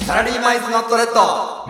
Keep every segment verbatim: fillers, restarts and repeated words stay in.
サラリーマイズノットレッド。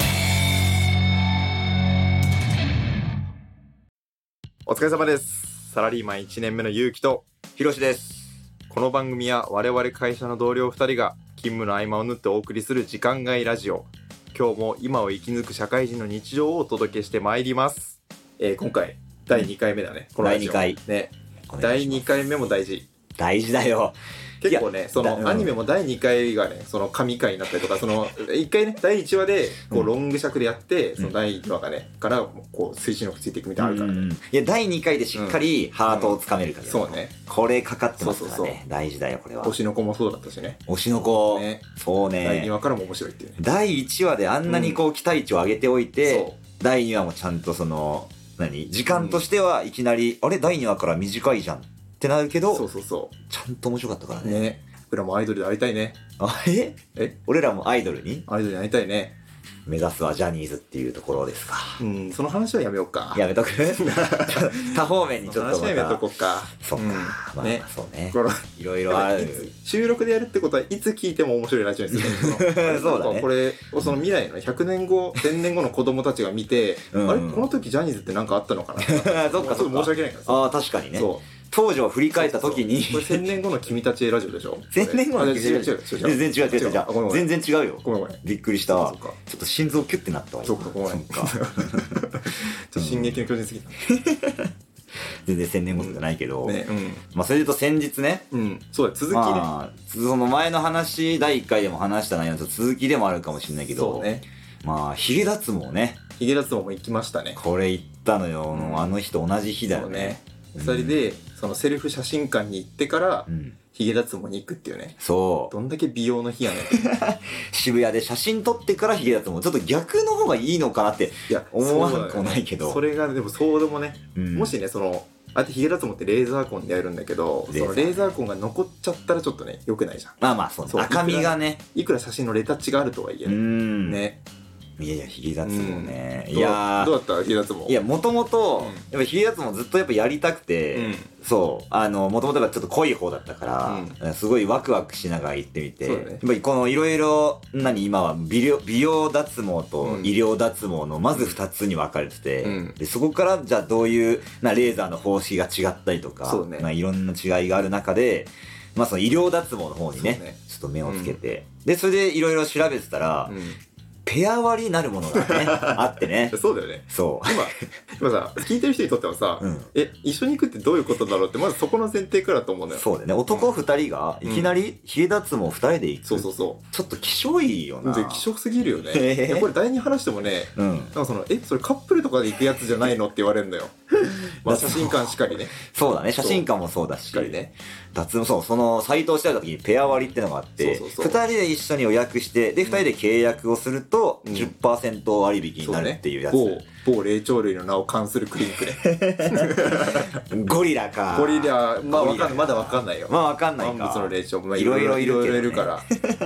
お疲れ様です。サラリーマンいちねんめのゆうきとひろしです。 この番組は我々会社の同僚ふたりが勤務の合間を縫ってお送りする時間外ラジオ。今日も今を生き抜く社会人の日常をお届けしてまいります。えー、今回だいにかいめだね、このラジオ。 だいにかいね。だいにかいめも大事。 大事だよ。 結構ね、そのアニメもだいにかいがね、その神回になったりとか、そのいっかいね、だいいちわでこうロング尺でやって、うん、そのだいにわがね、からこう推進力ついていくみたいなのあるからね。 うん、いや、だいにかいでしっかりハートをつかめるから、ね、 うんうん、そうね。 これかかってますからね。 そうそうそう、 大事だよ、これは。 推しの子もそうだったしね。 推しの子。 ね。 そうね。 だいにわからも面白いっていうね。 だいいちわであんなにこう期待値を上げておいて、うん、だいにわもちゃんとその、何時間としてはいきなり、うん、あれだいにわから短いじゃんってなるけど、 そうそうそう。 ちゃんと面白かったからね。 ね。僕らもアイドルでありたいね。 あええ俺らもアイドルにアイドルになりたいね。 目指すはジャニーズっていうところですか。 うん、その話はやめようか。 やめとく多方面にちょっとまた。 話はやめとこうか。 そっか。うん、まあ、ね、そうね。いろいろある。 収録でやるってことはいつ聞いても面白いラジオですよね。そうだね。これ、その未来のひゃくねんご、せんねんごの子供たちが見て、うん、あれこの時ジャニーズって何かあったのかなそっか、 ちょっと申し訳ないからさ。 ああ、確かにね。そう。当時を振り返った時にこれせんねんごの君たちラジオでしょ。 せんねんごの君たちラジオ。全然違う違う違う。全然違うよ。 ごめんごめん。 びっくりしたわ。ちょっと心臓キュッてなったわ。 そうか、ごめん。ちょっと進撃の巨人すぎた。 全然せんねんごじゃないけど。 ね、うん。 まあそれで言うと先日ね。 うん。そうだ、続きね。 まあ、その前の話、だいいっかいでも話した内容の続きでもあるかもしれないけど。 そうね。 まあ、ヒゲ脱毛ね。 ヒゲ脱毛も行きましたね。 これ行ったのよ。あの日と同じ日だよね。 ふたりでそのセルフ写真館に行ってからヒゲ脱毛に行くっていうね。 そうどんだけ美容の日やねん渋谷で写真撮ってからヒゲ脱毛、ちょっと逆の方がいいのかなって思わなくもないけど、 そ, ね、それがでもそうでもね、うん、もしねそのあってヒゲ脱毛ってレーザー痕でやるんだけど、そのレーザー痕が残っちゃったらちょっとね良くないじゃん。 まあまあそう、赤みがね、 いくら写真のレタッチがあるとはいえね。 うんね。 いやいや、ヒゲ脱毛ね。 うん、 いやどうだったヒゲ脱毛。 いや、もともと、やっぱヒゲ脱毛ずっとやっぱやりたくて、うん、そう、あの、もともとちょっと濃い方だったから、うん、すごいワクワクしながら行ってみて、ね、やっぱりこのいろいろ、何、今は美容、美容脱毛と医療脱毛のまず二つに分かれてて、うん、でそこからじゃあどういう、な、レーザーの方式が違ったりとか、ね、まあ、いろんな違いがある中で、まあその医療脱毛の方にね、ねちょっと目をつけて、うん、で、それでいろいろ調べてたら、うん、ペア割りなるものがね、あってね。 そうだよね。 そう。 今、今さ、聞いてる人にとってはさ、うん、え、一緒に行くってどういうことだろうって、まずそこの前提からだと思うんだよ。 そうだよね。男二人が、いきなり、ヒゲ脱毛二人で行く。 そうそうそう。 ちょっと希少いよな。 希少すぎるよね。えー、これ誰に話してもね、うん、なんかその、え、それカップルとかで行くやつじゃないのって言われるんだよ。まあ写真館しかりね。 そうだね。写真館もそうだし。 しかりね。 脱毛、そう、その、サイトを調べた時にペア割りってのがあって、二人で一緒に予約して、で、二人で契約をすると、じゅっパーセント 割引になるっていうやつ。 某、某霊長類の名を冠するクリニックね。ゴリラか。 ゴリラ、まあわかんない。まだわかんないよ。 まあわかんないか。 万物の霊長、まあいろいろいるけど、ね。 いろいろいるから。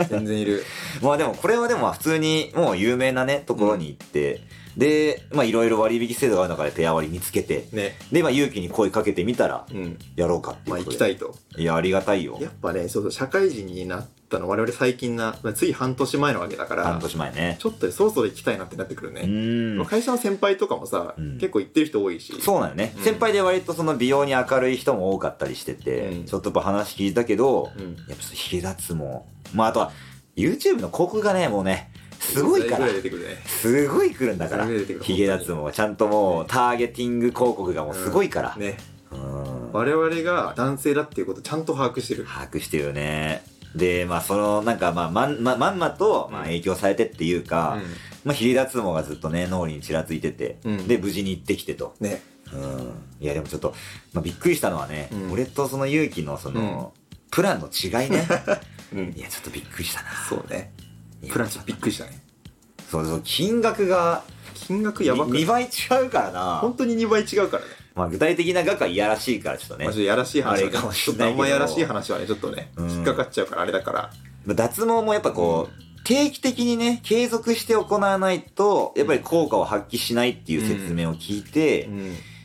全然いる。 まあでも、これはでも普通に、もう有名なね、ところに行って、うん、で、まあいろいろ割引制度がある中でペア割り見つけて、ね、で、まあ勇気に声かけてみたら、うん、やろうかっていうことで。まあ行きたいと。 いや、ありがたいよ。 やっぱね、そうそう、社会人になったの、我々最近な、まあ、つい半年前のわけだから、 半年前ね。 ちょっとそろそろ行きたいなってなってくるね。うん。会社の先輩とかもさ、うん、結構行ってる人多いし。 そうなのね、うん。先輩で割とその美容に明るい人も多かったりしてて、うん、ちょっとやっぱ話聞いたけど、うん、やっぱヒゲ脱毛。まああとは、YouTube の広告がね、もうね、すごいから。 出てくるね。 すごい来るんだから。ヒゲ脱毛。ちゃんともう、ターゲティング広告がもうすごいから。 うん、ね。うん、我々が男性だっていうことちゃんと把握してる。 把握してるよね。で、まあその、なんかまあ、まんま、まんまと、まあ影響されてっていうか、うん、まあヒゲ脱毛がずっとね、脳裏にちらついてて、うん、で、無事に行ってきてと。ね。うん。いやでもちょっと、まあびっくりしたのはね、うん、俺とその勇気のその、うん、プランの違いね。うん、いや、ちょっとびっくりしたな。 そうね。プランちょっとびっくりしたね。 そうそう、金額が、 金額やばくない？ にばい違うからな。 本当ににばい違うからね。 まあ具体的な額はいやらしいからちょっとね。 まあちょっとやらしい話は、ね、 あれかもしれないけど。 ちょっとあんまやらしい話はね、ちょっとね、うん、引っかかっちゃうからあれだから。 脱毛もやっぱこう、うん、定期的にね、継続して行わないと、やっぱり効果を発揮しないっていう説明を聞いて、うんうん、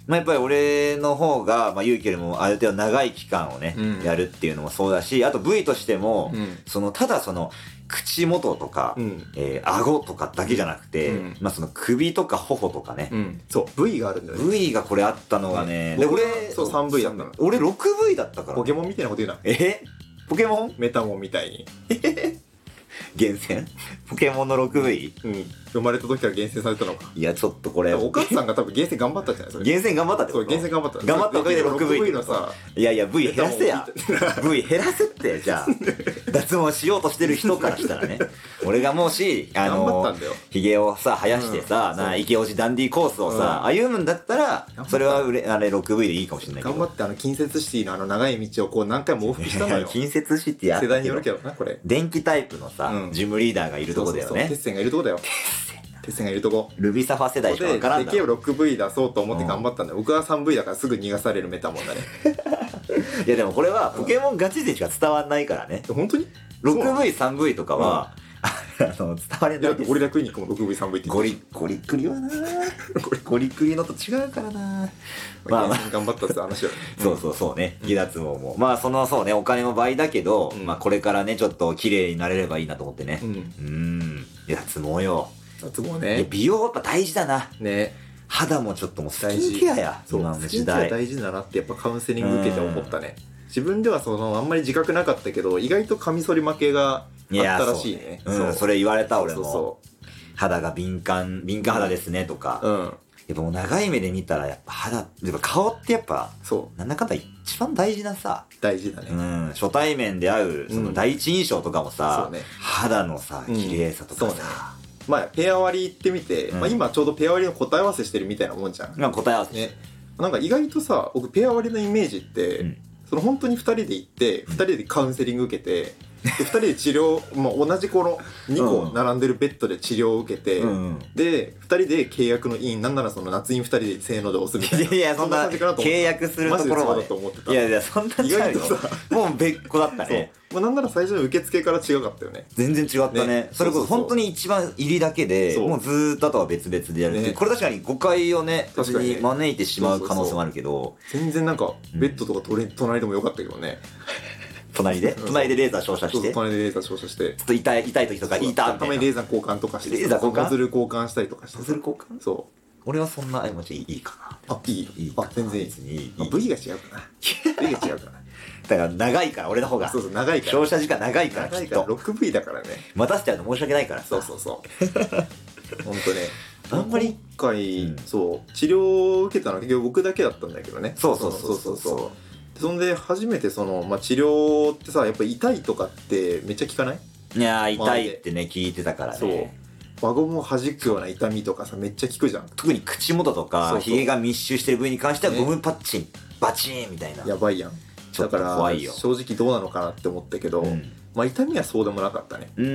まあ、やっぱり俺の方が、まあ、勇気よりもある程度長い期間をね、うん、やるっていうのもそうだし、あと部位としても、うん、そのただその口元とか、うん、えー、顎とかだけじゃなくて、うん、まあその首とか頬とかね、 うん、そう部位があるんだよね。 部位がこれあったのがね、 で俺そうさん部位だったの。 俺ろく部位だったから、ね、 ポケモンみたいなこと言うな。 えポケモンメタモンみたいに厳選ポケモンのろく部位、 うん、生まれた時から厳選されたのか。 いやちょっとこれお母さんが多分厳選頑張ったんじゃないそれ。 厳選頑張ったってこと。 そう厳選頑張った頑張ったおかげでろく部位のさ。 いやいや部位減らせや部位減らせってじゃあ脱毛しようとしてる人からしたらね俺がもしあのひげをさ生やしてさ、うん、なイケオジダンディコースをさ、うん、歩むんだったらそれはうれあれろく部位でいいかもしれないけど、 頑張ってあの近接シティのあの長い道をこう何回も往復したのよ近接シティあったけど世代によるけどなこれ。 電気タイプのさ、うん、ジムリーダーがいるとこだよね。そうそうそうテッセンがいるとこだよ。テッセンがいるとこ。 ルビサファ世代しか分からんだろ。 で、でけえ ろくブイ 出そうと思って頑張ったんだよ、うん、僕は さんブイ だからすぐ逃がされるメタモンだねいやでもこれはポケモンガチ勢しか伝わんないからね。 本当にろくブイ、さんブイ とかは、うん、あの伝わりないです。 ゴリラクリニックも ろくブイ、さんブイ ってゴリゴリクリはなゴリクリのと違うからなまあまあ頑張ったって話よねそうそうそうね離脱毛もまあそのそうねお金も倍だけど、うん、まあこれからねちょっと綺麗になれればいいなと思ってね。うんうん離脱毛よ。 脱毛ね。 美容やっぱ大事だな。 ね。 肌もちょっともうスキンケアや。 そう今の時代。スキンケア大事だなってやっぱカウンセリング受けて思ったね。自分ではそのあんまり自覚なかったけど意外とカミソリ負けがあったらしいね。 そう、うん、それ言われた俺も。そうそう肌が敏感敏感肌ですねとか。うん。やっぱもう長い目で見たらやっぱ肌やっぱ顔ってやっぱそうなんだかんだ一番大事なさ大事だね。 うん初対面で会うその第一印象とかもさ、うんね、肌のさ綺麗さとかさ、うんね、 まあペア割り行ってみて、うんまあ、今ちょうどペア割りの答え合わせしてるみたいなもんじゃん。 今答え合わせね。なんか意外とさ僕ペア割りのイメージって、うん、その本当にふたりで行ってふたりでカウンセリング受けてでふたりで治療、まあ、同じこのにこ並んでるベッドで治療を受けて、うん、でふたりで契約のインなんならその夏インふたりでせーので押すみたいな。 いやいやそんな契約するところまでいやいやそんな意外とさもう別個だったね。 まあ、なんなら最初の受付から違かったよね。 全然違ったね。ねそれこそ本当に一番入りだけでもうずーっとあとは別々でやるって、ね、これ確かに誤解をね確かに招いてしまう可能性もあるけど全然なんかベッドとか隣でもよかったけどね。 隣で隣でレーザー照射して隣でレーザー照射してちょっと痛い痛い時とか痛いみたいなたまにレーザー交換とかしてレーザー交換ノズル交換したりとかしてノズル交換そう俺はそんなあもちろんいいかなあいいいいあ全然いいいい部位が違うかな部位が違うかなだから長いから俺の方がそうそう長いから照射時間長いから長いからろくブイだからね待たせちゃうの申し訳ないからそうそうそうほんとねあんまり今回、うん、そう治療を受けたのは結局僕だけだったんだけどねそうそうそうそうそうそんで初めてその、まあ、治療ってさやっぱ痛いとかってめっちゃ効かない？ いやー痛いってね聞いてたからね。 そう輪ゴムを弾くような痛みとかさめっちゃ効くじゃん。 特に口元とかひげが密集してる部位に関してはゴムパッチン、ね、バチーンみたいなやばいやん。 だから怖いよ正直どうなのかなって思ったけど、うん、まあ痛みはそうでもなかったね。 うん、うん、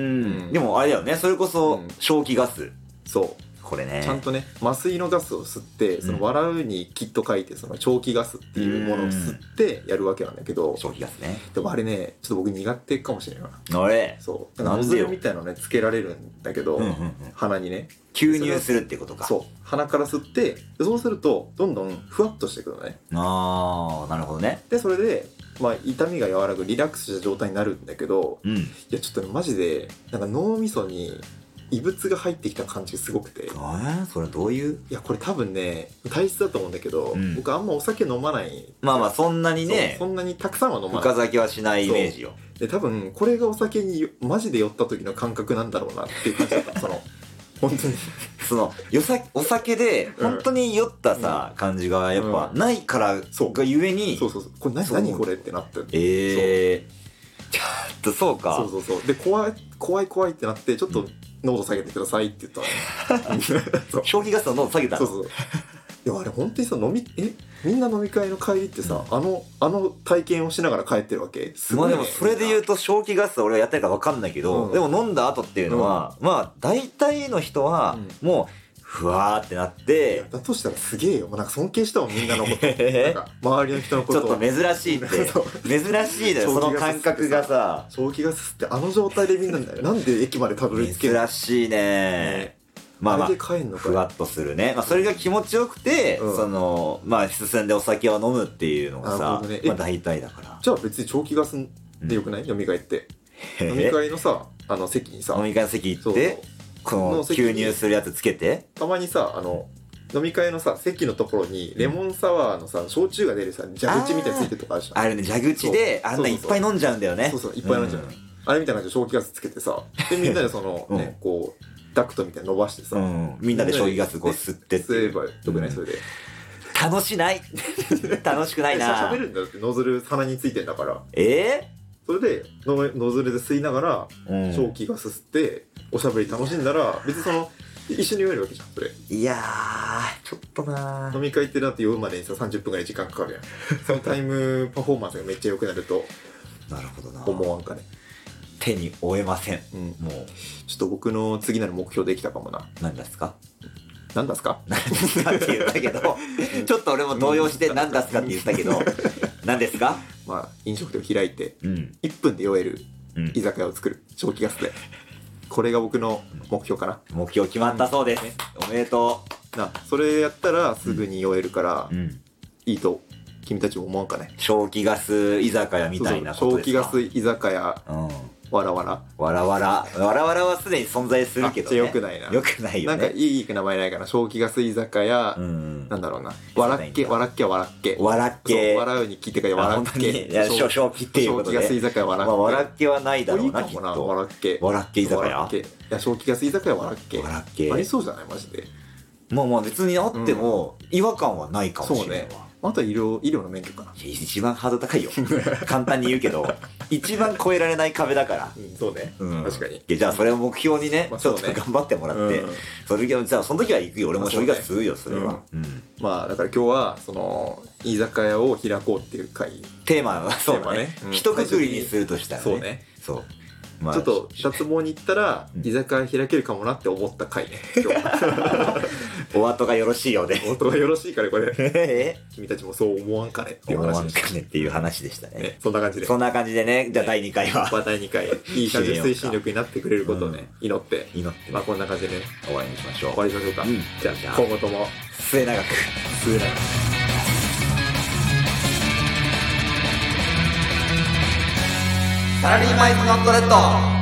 でもあれだよねそれこそ笑気ガス、うん、 そうこれねちゃんとね麻酔のガスを吸ってその笑うにきっと書いてその長気ガスっていうものを吸ってやるわけなんだけど長気ガスねでもあれねちょっと僕苦手かもしれないな。 あれそうノズルみたいなのねつけられるんだけど、うんうんうん、鼻にね吸入するってことか。 そう鼻から吸ってそうするとどんどんふわっとしてくるのね。 あーなるほどね。 でそれでまあ、痛みが和らぐリラックスした状態になるんだけど、うん、いやちょっと、ね、マジでなんか脳みそに異物が入ってきた感じがすごくて。 えー、それどういう？ いやこれ多分ね体質だと思うんだけど、うん、僕あんまお酒飲まない。 まあまあそんなにねそ, そんなにたくさんは飲まない。 深酒はしないイメージよ。 で多分これがお酒にマジで酔った時の感覚なんだろうなっていう感じだったその本当にそのよさお酒で本当に酔ったさ、うん、感じがやっぱないからがゆえに、 そうそうそうこれ 何, 何これってなってええー、ちょっとそうかそうそうそうで怖い怖い怖いってなってちょっと濃度下げてくださいって言ったの消費ガスの濃度下げたの。 そうそうでもあれ本当にさ飲みえみんな飲み会の帰りってさ、うん、あのあの体験をしながら帰ってるわけすごい、ね、 まあでもそれで言うと消気ガスは俺はやってるか分かんないけど、うん、でも飲んだ後っていうのは、うん、まあ大体の人はもうふわーってなって、 だとしたらすげえよなんか尊敬したもんみんなのことなんか周りの人のことちょっと珍しいって珍しいのよその感覚がさ消気ガスってあの状態でみんななんだよなんで駅までたどり着ける珍しいね、ねまあまああれで帰んのかふわっとするね、まあ、それが気持ちよくて、うん、そのまあ進んでお酒を飲むっていうのがさ、ね、まあ大体だから。 じゃあ別に長期ガスでよくない、うん、飲み会って飲み会のさあの席にさ飲み会の席行ってこの吸入するやつつけて、 たまにさあの飲み会のさ席のところにレモンサワーのさ焼酎が出るさ蛇口みたいについてるとかあるじゃん。 あるね、蛇口であんないっぱい飲んじゃうんだよね。 そうそういっぱい飲んじゃう、うん、あれみたいな感じで消気ガスつけてさでみんなでそのね、うん、こうダクトみたいに伸ばしてさ、うん、 みんなで消気ガスこう吸って吸えばよくない、それで楽しない楽しくないな。 喋るんだよってノズル鼻についてんだから。 えー、それでノノズルで吸いながら消気ガス吸っておしゃべり楽しんだら別にその一緒に酔えるわけじゃんそれ。 いやーちょっとなー飲み会ってなって酔うまでにささんじゅっぷんぐらい時間かかるやんそのタイムパフォーマンスがめっちゃ良くなるとなるほどな思わんかね。 手に負えません、うん、もうちょっと僕の次なる目標できたかもな。 何ですか何ですか何ですかって言ったけどちょっと俺も動揺して何ですかって言ったけど何ですか。 まあ飲食店を開いていっぷんで酔える居酒屋を作る、消気ガスで。これが僕の目標かな。 目標決まったそうです、うん、おめでとうな。それやったらすぐに酔えるから、うん、いいと君たちも思わんかね。 消気ガス居酒屋みたいなことですか。 そうそう消気ガス居酒屋、うんわらわらわらわらわらわらはすでに存在するけどね。 よくないな。 よくないよね。 なんかいい名前ないかな。消気ガス居酒屋、うん、なんだろうな。わらっけわらっけわらっけわらっけ笑うに聞いてからわらっけ。 いや消気っていうことで。 消気ガス居酒屋わらっけ。 まあわらっけはないだろうな。 いいかもな。わらっけわらっけ居酒屋。 いや消気ガス居酒屋わらっけ。 わらっけありそうじゃないマジで。 まあまあ別にあっても違和感はないかもしれないわ。 あとは医療、医療の免許かな。 一番ハードル高いよ。簡単に言うけど、一番超えられない壁だから。 うん、そうね。うん、確かに。 じゃあそれを目標にね、まあ、ちょっと頑張ってもらって、うん、それじゃあその時は行くよ。俺も消費が吸うよ、それは。 うんうん、まあだから今日は、その、居酒屋を開こうっていう回。 テーマはそうだね。一括りにするとしたらね。 そうね。 そう。 まあ、ちょっと脱毛に行ったら居酒屋開けるかもなって思った回ね今日お後がよろしいようでお後がよろしいからこれ君たちもそう思わんかねっていう話でした。 思わんかねっていう話でしたね。 ねそんな感じでそんな感じでね。じゃあだいにかいは、 まあ、だいにかいいい感じで推進力になってくれることをね、うん、祈って祈ってね、 まあこんな感じでね終わりにしましょう。 終わりにしましょうか、うん、じゃあじゃあ今後とも末永く末永くサラリーマイズノットレッド。